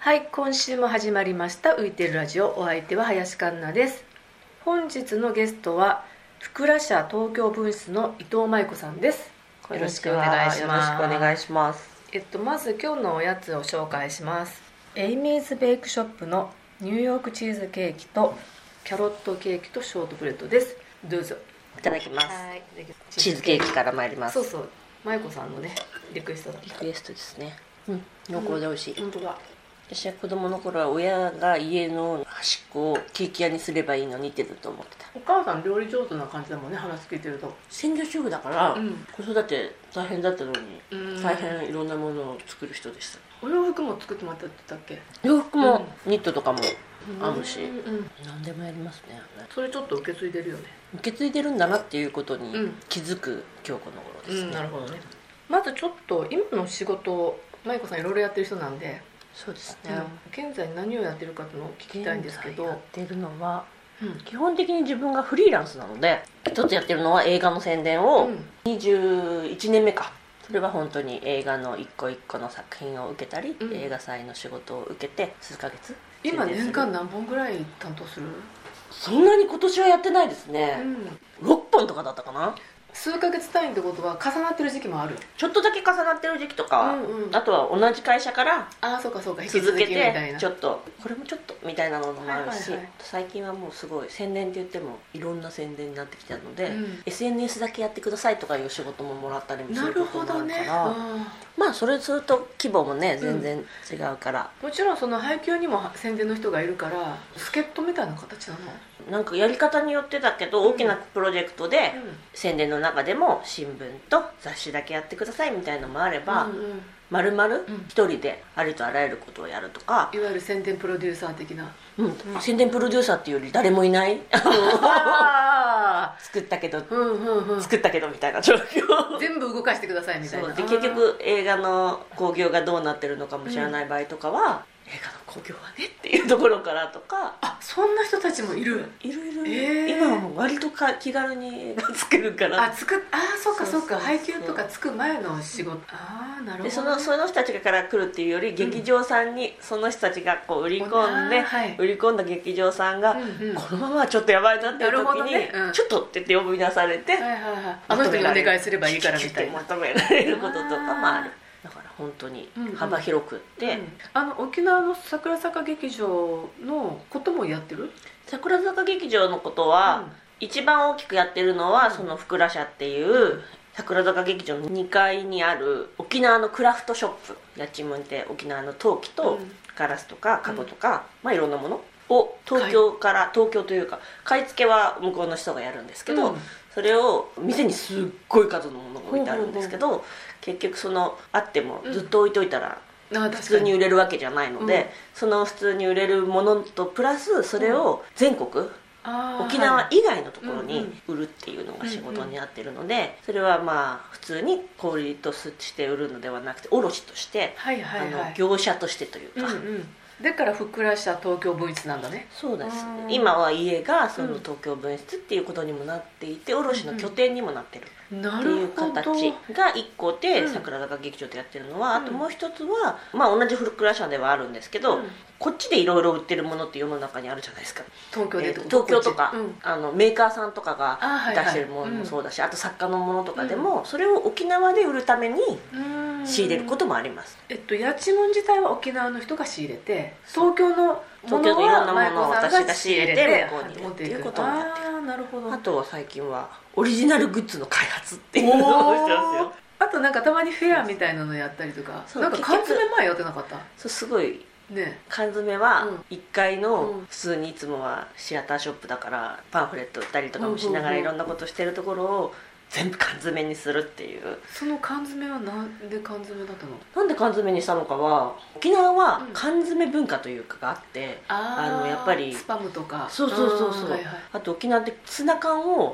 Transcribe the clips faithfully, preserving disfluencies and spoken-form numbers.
はい、今週も始まりました浮いてるラジオ。お相手は林環奈です。本日のゲストは福良社東京分室の伊藤舞子さんです。よろしくお願いします。 よろしくお願いします。 えっとまず今日のおやつを紹介します。エイミーズベイクショップのニューヨークチーズケーキとキャロットケーキとショートブレッドです。どうぞ。 いただきます。 はい、 チーズケーキから参ります。 そうそう、舞子さんのねリクエストだった。 リクエストですね。うん、濃厚で美味しい。 うん、本当だ。 私は子供の頃は親が家の端っこをケーキ屋にすればいいのにってずっと思ってた。 お母さん料理上手な感じだもんね、話聞いてると。 専業主婦だから、 うん、 子育て大変だったのに、うん、大変いろんなものを作る人でした。 お洋服も作ってもらったって言ったっけ？ 洋服もニットとかも編むし、 うんうん、 何でもやりますね。 それちょっと受け継いでるよね。 受け継いでるんだなっていうことに気づく今日この頃ですね、 うん、なるほどね。まずちょっと今の仕事を舞子さんいろいろやってる人なんで、 そうですね、 うん、現在何をやってるかっていうのを聞きたいんですけど。 現在やってるのは、 うん、 基本的に自分がフリーランスなので、一つやってるのは映画の宣伝をにじゅういちねんめか、それは本当に映画の一個一個の作品を受けたり、うん、映画祭の仕事を受けて数ヶ月。 今年間何本ぐらい担当する？ そんなに今年はやってないですね、うん、ろっぽんとかだったかな。 数ヶ月単位ってことは重なってる時期もある？ ちょっとだけ重なってる時期とか、うんうん、あとは同じ会社から続けてちょっとこれもちょっとみたいなのもあるし、はいはいはい、最近はもうすごい宣伝って言ってもいろんな宣伝になってきたので、うん、エスエヌエス だけやってくださいとかいう仕事ももらったりもすることもあるから、ね、まあそれすると規模もね全然違うから、 うん、もちろんその配給にも宣伝の人がいるから助っ人みたいな形なの？ なんかやり方によってだけど、大きなプロジェクトで宣伝の中でも新聞と雑誌だけやってくださいみたいのもあれば、うんうん、丸々一人でありとあらゆることをやるとか、 いわゆる宣伝プロデューサー的な、 うんうん、宣伝プロデューサーっていうより誰もいない作ったけど、うんうんうん、作ったけどみたいな状況全部動かしてくださいみたいな。 そうで結局映画の興行がどうなってるのかも知らない場合とかは、うん、映画の興行はねっていうところからとか。 あ、そんな人たちもいる？ いるいる、えー、今はもう割とか気軽に映画作るから。 あ、作っあそうかそうか、配給とかつく前の仕事。ああ、なるほど、ね、 でそのその人たちから来るっていうより、劇場さんにその人たちがこう売り込んで、はい、売り込んだ劇場さんが、うんうん、このままはちょっとやばいなっていう時に、ね、うん、ちょっとって言って呼び出されて、はいはいはい、 あの人にお願いすればいいからみたいな求められることとかもある。だから本当に幅広くって、うんうん、 あの沖縄の桜坂劇場のこともやってる？ 桜坂劇場のことは、うん、一番大きくやってるのは、うん、その福良社っていう桜坂劇場のにかいにある沖縄のクラフトショップ、やちむんって沖縄の陶器とガラスとか家具とか、うん、まあいろんなものを東京から東京というか買い付けは向こうの人がやるんですけど、うん、それを店にすっごい数のものが置いてあるんですけど、うん、結局そのあってもずっと置いといたら普通に売れるわけじゃないので、うん、その普通に売れるものとプラスそれを全国、うん、沖縄以外のところに売るっていうのが仕事になってるので、それはまあ普通に小売りとして売るのではなくて卸として、はいはいはい、あの業者としてというか、うんうん、 だから福良社東京分室なんだね。 そうです。今は家がその東京分室っていうことにもなっていて、卸の拠点にもなってるっていう形がいっこで、桜坂劇場でやってるのは、あともう一つは、まあ同じ福良社ではあるんですけど、こっちでいろいろ売ってるものって世の中にあるじゃないですか。 東京で、えー、 東京とか、うん、あのメーカーさんとかが出してるものもそうだし、あ、はいはい、あと作家のものとかでも、うん、それを沖縄で売るために仕入れることもあります。 えっとやちむん自体は沖縄の人が仕入れて、東京の東京のいろんなものを私が仕入れて向こうに持っていくっていうこともやってる。 あ、なるほど。 あとは最近はオリジナルグッズの開発っていうのをしてますよ。 あとなんかたまにフェアみたいなのやったりとか、なんか缶詰前やってなかった？ そう、すごいね、缶詰はいっかいの普通にいつもはシアターショップだからパンフレット売ったりとかもしながらいろんなことしてるところを全部缶詰にするっていう。 その缶詰はなんで缶詰だったの？ なんで缶詰にしたのかは、沖縄は缶詰文化というかがあって、うん、あのやっぱりスパムとか、 そうそうそうそう、はいはい、あと沖縄ってツナ缶を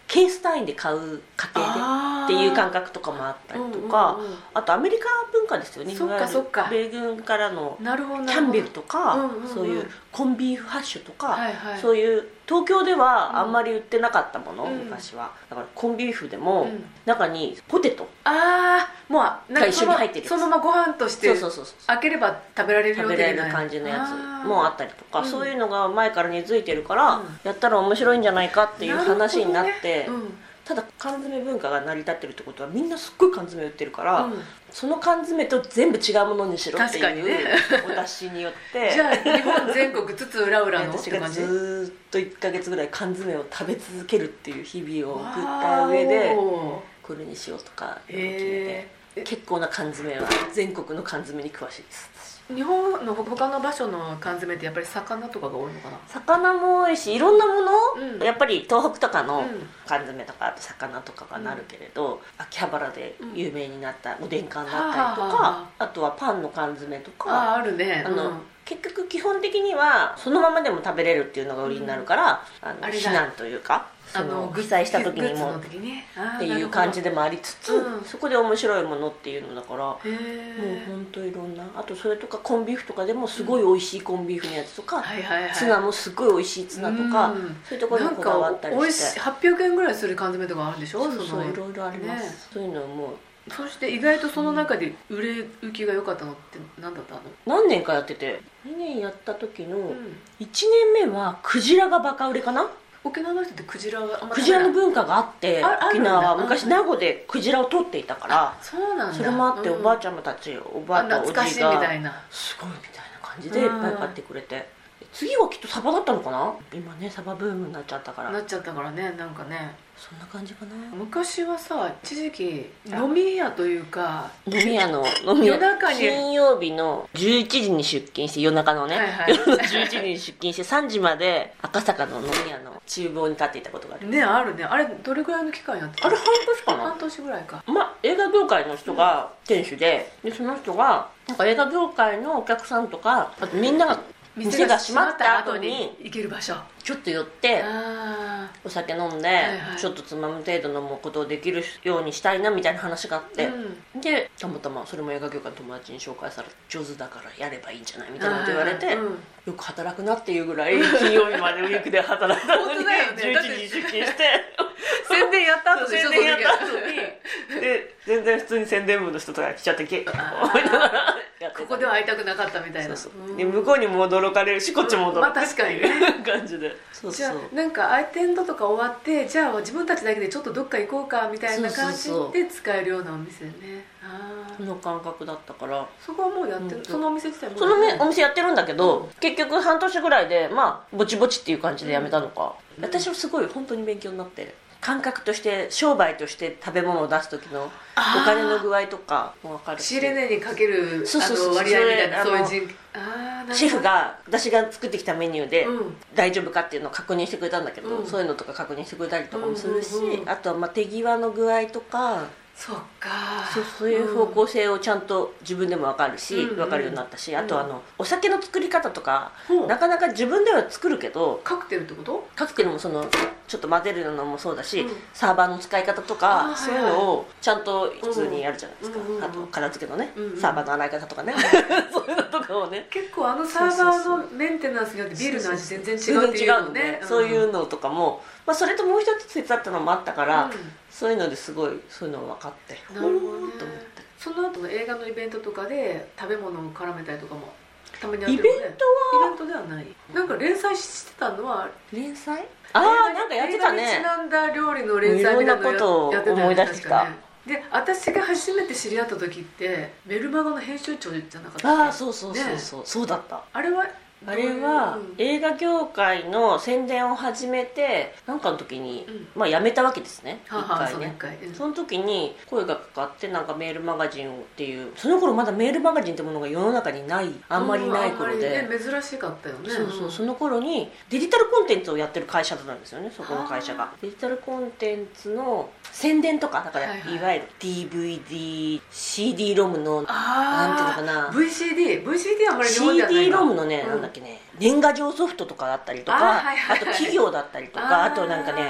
ケース単位で買う家庭でっていう感覚とかもあったりとか、 うんうんうん、 あとアメリカ文化ですよね。 そっかそっか、 米軍からのキなるほどャンベルとか、 うんうんうん、 そういうコンビーフハッシュとか、 はいはい、 そういう東京ではあんまり売ってなかったもの、 うん、 昔は。だからコンビーフでも、 うん、 中にポテトああもうなんか一緒に入ってるやつ、 そのままご飯としてそうそうそうそう開ければ食べられるよう食べられる感じのやつもあったりとか、そういうのが前から根付いてるから、うん、やったら面白いんじゃないかっていう話になって、なるほどね、うん、ただ缶詰文化が成り立ってるってことはみんなすっごい缶詰売ってるから、うん、その缶詰と全部違うものにしろっていう、ね、お達しによってじゃあ日本全国津々浦々の私がずっといっかげつぐらい缶詰を食べ続けるっていう日々を送った上でこれにしようとか決めて、結構な缶詰は全国の缶詰に詳しいです。 日本の他の場所の缶詰ってやっぱり魚とかが多いのかな。 魚も多いしいろんなもの、うん、やっぱり東北とかの缶詰とかあと魚とかがなるけれど、うん、秋葉原で有名になったおでん缶だったりとか、うん、あとはパンの缶詰とかあ, あるね、 あの、うん、結局基本的にはそのままでも食べれるっていうのが売りになるから、うん、あの避難というかその被災した時にもっていう感じでもありつつ、うん、そこで面白いものっていうのだから、もう本当いろんな、あとそれとかコンビーフとかでもすごい美味しいコンビーフのやつとか、うんはいはいはい、ツナもすごい美味しいツナとか、うん、そういうところにこだわったりしてはっぴゃくえんぐらいする缶詰とかあるんでしょ。 そうそういろいろあります、ね、そういうのも。 そして意外とその中で売れ行きが良かったのって何だったの？ 何年かやっててにねんやった時のいちねんめはクジラがバカ売れかな。 沖縄の人ってクジラがクジラの文化があって沖縄は昔名護でクジラを取っていたから、 そうなんだ。 それもあっておばあちゃまたち、うん、おばあとおじがすごいみたいな感じでいっぱい買ってくれて、次はきっとサバだったのかな。今ねサバブームになっちゃったからなっちゃったからね。なんかねそんな感じかな。 昔はさ一時期飲み屋というか飲み屋の飲み屋夜中に金曜日のじゅういちじに出勤して夜中のね、はいはい、夜のじゅういちじに出勤してさんじまで赤坂の飲み屋の厨房に立っていたことがあるね。あるね。あれどれぐらいの期間やってた？ あれ半年かな。 半年ぐらいか。 まあ映画業界の人が店主で、うん、でその人がなんか映画業界のお客さんとかあとみんなが店が閉まった後に行ける場所ちょっと寄ってお酒飲んで、はいはい、ちょっとつまむ程度飲むことをできるようにしたいなみたいな話があって、うん、でたまたまそれも映画業界の友達に紹介されて上手だからやればいいんじゃないみたいなこと言われて、うん、よく働くなっていうぐらい金曜日までウィークで働いたのにね、じゅういちじに出勤して宣伝やった後でしょ。 宣伝やった後にで全然普通に宣伝部の人とか来ちゃってけ思いながらここでは会いたくなかったみたいな。 そうそうで向こうにも驚かれるしこっちも驚かれる、まあ、確かにね感じでそうそう。 じゃあなんかアテンドとか終わってじゃあ自分たちだけでちょっとどっか行こうかみたいな感じで使えるようなお店ね。 あその感覚だったからそこはもうやってる、うん、そのお店自体もそのお店やってるんだけど、うん、結局半年ぐらいでまあぼちぼちっていう感じでやめたのか、うん、私はすごい本当に勉強になって感覚として商売として食べ物を出す時のお金の具合とかも分かるし仕入れ値にかける割合みたいなそういう人あシェフが私が作ってきたメニューで大丈夫かっていうのを確認してくれたんだけど、うん、そういうのとか確認してくれたりとかもするし、うんうんうん、あとはまあ手際の具合とかそっかそ, そういう方向性をちゃんと自分でも分かるし、うん、分かるようになったし、あとあのお酒の作り方とか、うん、なかなか自分では作るけどカクテルってこと？ カクテルもそのちょっと混ぜるのもそうだし、うん、サーバーの使い方とかそういうのをちゃんと普通にやるじゃないですか、うん、あと片付けのね、うんうん、サーバーの洗い方とかねそういうのとかをね結構あのサーバーのメンテナンスによってビールの味全然違うっていうのね、 うん、そういうのとかも、まあ、それともう一つ手伝ったのもあったから、うん、そういうのですごいそういうの分かってなるほどねと思って。その後の映画のイベントとかで食べ物を絡めたりとかもたまにやってる、ね、 イベントはイベントではない。なんか連載してたのは連載ああなんかやってたね。 映画にちなんだ料理の連載みたいなのをやってた思い出してきた、 ね、で私が初めて知り合った時ってメルマガの編集長じゃなかったっけ。 ああそうそうそうそう、ね、そうだった。 あれはあれは映画業界の宣伝を始めてなんかの時に、うん、まあ辞めたわけですね、 はは一回ね。 その一回、うん、 その時に声がかかってなんかメールマガジンっていうその頃まだメールマガジンってものが世の中にないあんまりない頃で、 うんね、珍しかったよね。 そうそう、その頃にデジタルコンテンツをやってる会社だったんですよね、そこの会社が。デジタルコンテンツの宣伝とかだから、はいはい、いわゆる ディーブイディー、シーディー ロムのなんていうのかなブイシーディー、ブイシーディー はあんまり日本じゃないか。 シーディー ロムのね、うん、なんだっけね年賀状ソフトとかだったりとか あ,、はいはいはい、あと企業だったりとか あ, あとなんかね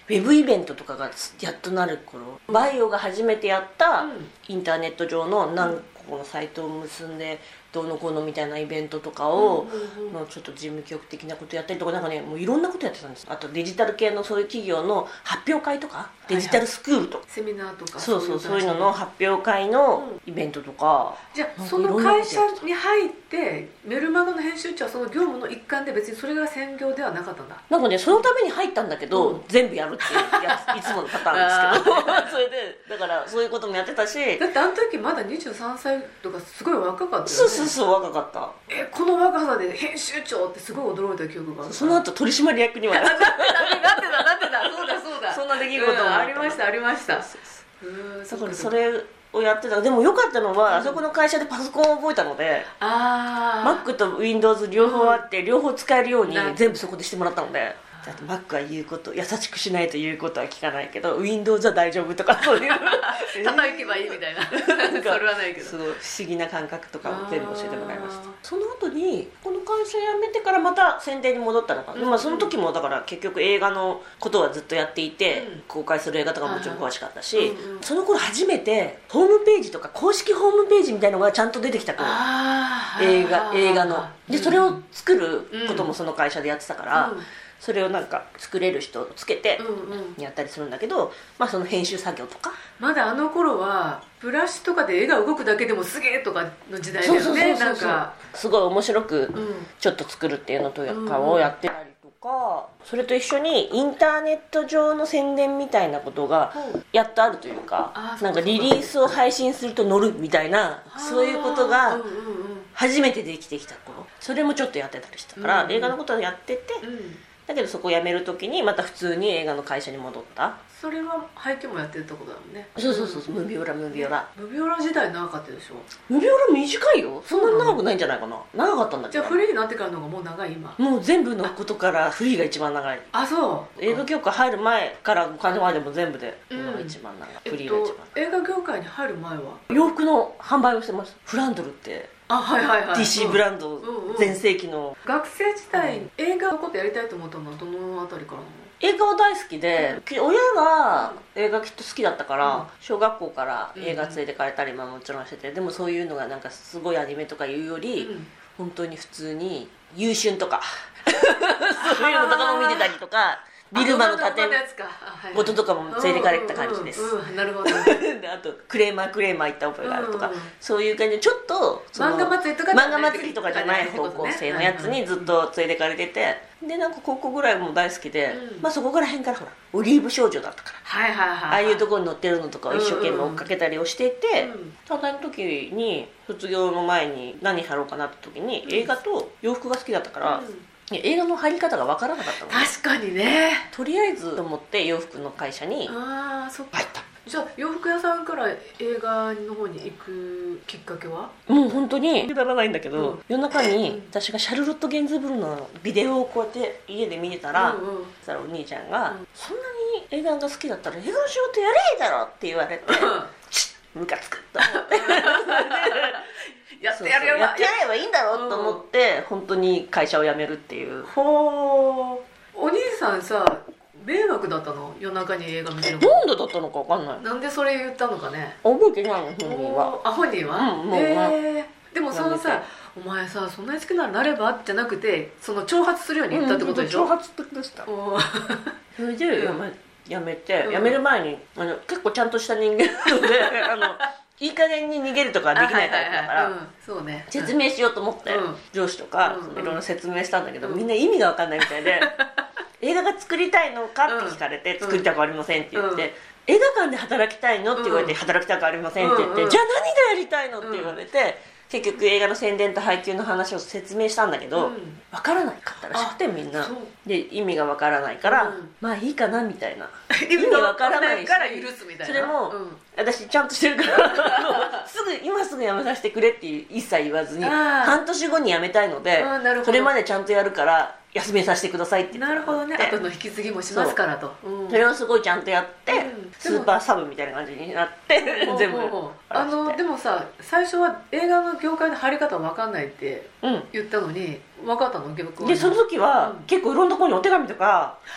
ウェブイベントとかがやっとなる頃、バイオが初めてやったインターネット上の何個のサイトを結んでどうのこうのみたいなイベントとかをのちょっと事務局的なことやったりとか、なんかねもういろんなことやってたんです。あとデジタル系のそういう企業の発表会とかデジタルスクールとか、 セミナーとか、 そうそうそういうのの発表会のイベントとか、 じゃあその会社に入ってメルマガの編集長はその業務の一環で別にそれが専業ではなかったんだ。 なんかねそのために入ったんだけど、うん、全部やるっていうやついつものパターンですけどそれでだからそういうこともやってたし、 だってあの時まだにじゅうさんさいとかすごい若かったよね。 そうそうそう若かった。 えこの若さで編集長ってすごい驚いた記憶がある。 その後取締役にはなってなってたなってたなってたそうだそうだそんな出来事も、うん、 ありましたありました。 そうそうそうだからそれをやってた。でも良かったのは、うん、あそこの会社でパソコンを覚えたので、 あ Mac と Windows 両方あって、うん、両方使えるように全部そこでしてもらったので、あと Mac は言うこと優しくしないと言うことは聞かないけど Windows は大丈夫とかそういう叩けばいいみたいなそれはないけどすごい不思議な感覚とかを全部教えてもらいました。その後にこの会社辞めてからまた宣伝に戻ったのかな、うんうん、まあ、その時もだから結局映画のことはずっとやっていて、うん、公開する映画とかももちろん詳しかったし、うんうん、その頃初めてホームページとか公式ホームページみたいなのがちゃんと出てきた頃、映画映画のでそれを作ることもその会社でやってたから、うんうん、それをなんか作れる人をつけてやったりするんだけど、まあその編集作業とかまだあの頃はブラシとかで絵が動くだけでもすげえとかの時代だよね。なんかすごい面白くちょっと作るっていうのとかをやってたりとか、それと一緒にインターネット上の宣伝みたいなことがやっとあるというか、なんかリリースを配信すると乗るみたいなそういうことが初めてできてきた頃、それもちょっとやってたりしたから映画のことをやってて、だけどそこを辞める時にまた普通に映画の会社に戻った。 それは廃墟もやってるとこだもんね。 そうそうそう、ムビオラムビオラムビオラ時代長かったでしょ。 ムビオラ短いよ。そんな長くないんじゃないかな。長かったんだけど。 じゃあフリーになってからの方がもう長い今。 もう全部のことからフリーが一番長い。 あ、そう映画業界入る前からお金までも全部で今が一番長い、うん、フリーが一番長い、 えっと、映画業界に入る前は洋服の販売をしてます。フランドルってあ、はいはいはい、 ディーシー ブランド全盛期の、うんうんうん、 学生時代に映画のことやりたいと思ったのはどのあたりからなの？ 映画は大好きで、うん、親が映画きっと好きだったから、うん、小学校から映画連れてかれたりももちろんしてて、でもそういうのがなんかすごいアニメとかいうより、うん、本当に普通に優春とかそういうのとかも見てたりとかビルマの建事とかも連れてかれてた感じです。 なるほどであとクレーマークレーマー行った覚えがあるとか、うんうん、そういう感じでちょっと漫画祭りとか漫画祭りとかじゃない方向性のやつにずっと連れてかれてて、でなんか高校ぐらいも大好きで、うん、まあそこから辺からほらオリーブ少女だったから、 はいはいはいはい、 ああいうところに載ってるのとかを一生懸命追っかけたりをしていて、うんうん、ただの時に卒業の前に何貼ろうかなって時に映画と洋服が好きだったから、うん、映画の入り方が分からなかったの。 確かにね。 とりあえずと思って洋服の会社にああそっか入った。 じゃあ洋服屋さんから映画の方に行くきっかけは？ もう本当にくだらないんだけど、うん、夜中に私がシャルロット・ゲンズブルのビデオをこうやって家で見てたら、うんうん、そしたらお兄ちゃんが、うん、そんなに映画が好きだったら映画の仕事やれいいだろって言われてチッムカつくと思ってやってやればやってやればいいんだろうと思って、うん、本当に会社を辞めるっていう。 ほー、お兄さんさ迷惑だったの？夜中に映画見てるのなんでだったのか分かんない。 なんでそれ言ったのかね。 覚えてないの本人は。 あ、本人は、うん、もう、えー、でもそのさお前さそんなに好きならなればじゃなくてその挑発するように言ったってことでしょ、 うん、挑発的でした。それでやめ、やめて、うん、やめる前にあの結構ちゃんとした人間なのであのいい加減に逃げるとかできないタイプだから説明しようと思って、うん、上司とか、うん、いろいろ説明したんだけど、うん、みんな意味が分かんないみたいで映画が作りたいのかって聞かれて、うん、作りたくありませんって言って、うん、映画館で働きたいのって言われて、うん、働きたくありませんって言って、うん、じゃあ何がやりたいのって言われて、結局映画の宣伝と配給の話を説明したんだけど、うん、分からないかったらしくてみんなで意味が分からないから、うん、まあいいかなみたいな意味分からないから許すみたいな。 それも、うん、私ちゃんとしてるからすぐ今すぐ辞めさせてくれって一切言わずに半年後に辞めたいのでそれまでちゃんとやるから休めさせてくださいって言って。 なるほどね。後の引き継ぎもしますからと。 そ,、うん、それをすごいちゃんとやって、うん、スーパーサブみたいな感じになって全部あのでもさ最初は映画の業界の入り方分かんないって言ったのに、うん、分かったの？業界でその時は、うん、結構いろんなところにお手紙とか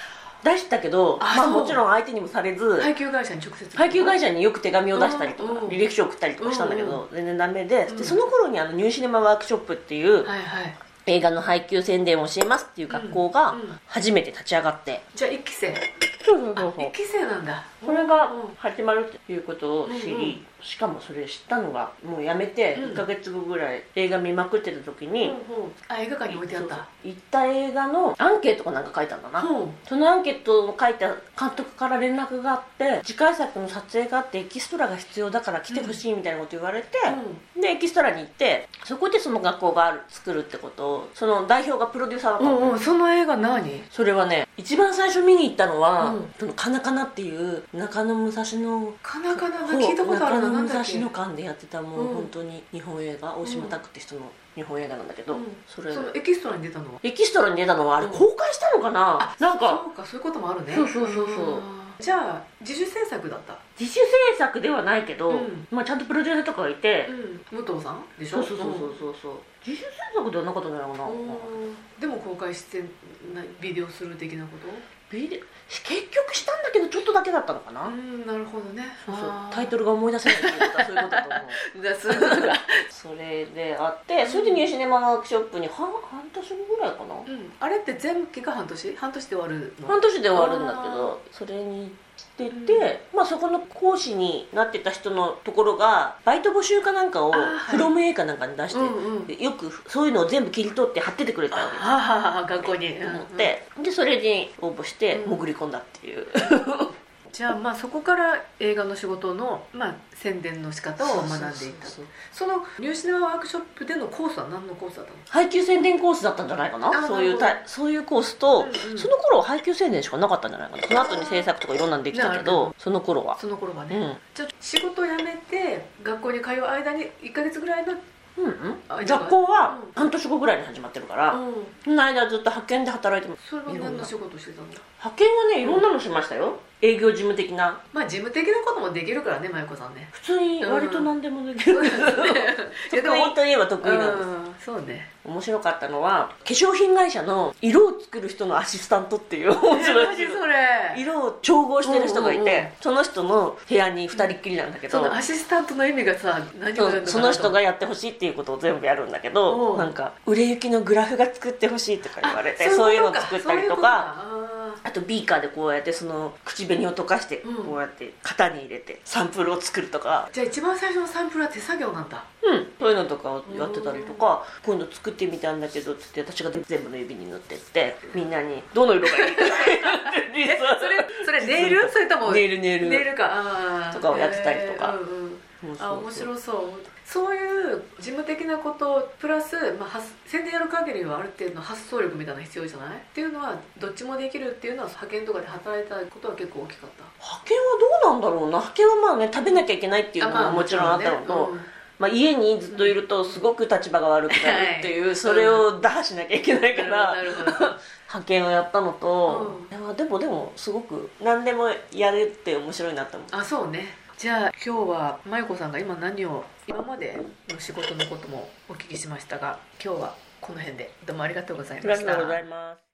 出したけど、まあ、もちろん相手にもされず、 配給会社に直接配給会社によく手紙を出したりとか、 うんうん履歴書を送ったりとかしたんだけうんど、全然ダメで、 うんでその頃にあのニューシネマワークショップっていう、 はいはい。 映画の配給宣伝を教えますっていう学校がうんうん初めて立ち上がって、 じゃあいっき生。 そうそうあ、いっき生なんだ。 それがうん始まるっていうことを知り、 うんうんしかもそれ知ったのがもうやめてうんいっかげつごぐらい映画見まくってた時に、 うんうんあ、映画館に置いてあった。 そう行った映画のアンケートかなんか書いたんだな、 うんそのアンケートを書いた監督から連絡があって、次回作の撮影があってエキストラが必要だから来てほしいみたいなこと言われて、でエキストラに行って、そこでその学校がある作るってことを、その代表がプロデューサーだったの、 うんうん、その映画何？ それはね、一番最初見に行ったのは、 うんそのカナカナっていう中野武蔵野かなかな聞いたことあるな。 中野武なんだっけ？ 蔵野館でやってたもう、 うん本当に日本映画、大島拓って人の日本映画なんだけど、 うんそれそのエキストラに出たのは？ エキストラに出たのはあれうん公開したのかな、なんかそうか、そういうこともあるね。 そうそうそうそうあーじゃあ自主制作だった。 自主制作ではないけど、 うんまあ、ちゃんとプロデューサーとかがいて、 うん、武藤さんでしょ？ そうそうそうそうそうそう自主制作ではなかったんじゃないかな、 うんでも公開してないビデオする的なこビデ結局したんだけどちょっとだけだったのかな、 と？うんなるほどね。 そうそうあータイトルが思い出せないっていうことはそういうことだと思うだそういうことがそれであってそれでニューシネマワークショップに半半年後ぐらいかな、 うんあれって全期が半年？半年で終わるの？ 半年で終わるんだけど、それに行ってて、まあ、そこの講師になってた人のところがバイト募集かなんかをあーはいフロム A かなんかに出して、 うんうんでよくそういうのを全部切り取って貼っててくれたわけですはははは学校にと思って、でそれに応募してうん潜り込んだっていう、 じゃあまあそこから映画の仕事の、まあ、宣伝の仕方を学んでいった。 そうそうそうそのニューシネマワークショップでのコースは何のコースだったの？ 配給宣伝コースだったんじゃないかな、 あそういうなるほたそういうコースと、 うんうんその頃は配給宣伝しかなかったんじゃないかな。その後に制作とかいろんなのできたけなるほど、その頃はその頃はね、 うんじゃあ仕事を辞めて学校に通う間にいっかげつぐらいの、 うんうあん、学校はうん半年後ぐらいに始まってるから、 うん、 その間ずっと派遣で働いてます。 それは何の仕事をしてたの？ 派遣はねいろんなのしましたよ、営業事務的な。 まあ事務的なこともできるからね、まゆこさんね。 普通に割と何でもできる、 そうですねいやでも本当に言えば得意なんです。 うんそうね。 面白かったのは化粧品会社の色を作る人のアシスタントっていう面白いマジそれ。 色を調合してる人がいて、 うんうんうんその人の部屋にふたりっきりなんだけど、 そのアシスタントの意味がさ何そをやるのかなとうその人がやってほしいっていうことを全部やるんだけおど、 うなんか売れ行きのグラフが作ってほしいとか言われて、 あそういうのをこと作ったりとか、 そういうことああとビーカーでこうやってその口紅を溶かしてうんこうやって型に入れてサンプルを作るとか、 ーじゃあ一番最初のサンプルは手作業なんだ。 うん、そういうのとかをやってたりとか、今度作ってみたんだけどっつって私が全部の指に塗ってってみんなにどの色がいいかえそれそれネイルそれともネイルネイルネイルかあーとかをやってたりとかへーうんうんそうそうそうあ面白そう。そういう事務的なことプラス、まあ、発宣伝やる限りはある程度の発想力みたいなの必要じゃないっていうのはどっちもできるっていうのは派遣とかで働いたことは結構大きかった。 派遣はどうなんだろうな。派遣はまあね食べなきゃいけないっていうのあまあももちろんあったのと、 もちろんねまあ、家にずっといるとすごく立場が悪くなるっていう、 はいそれを打破しなきゃいけないかうんら、 なるほどなるほど派遣をやったのと、 ういやでもでもすごく何でもやるって面白いなって思う。 あそうね。じゃあ今日はまゆこさんが今何を今までの仕事のこともお聞きしましたが、今日はこの辺でどうもありがとうございました。 ありがとうございます。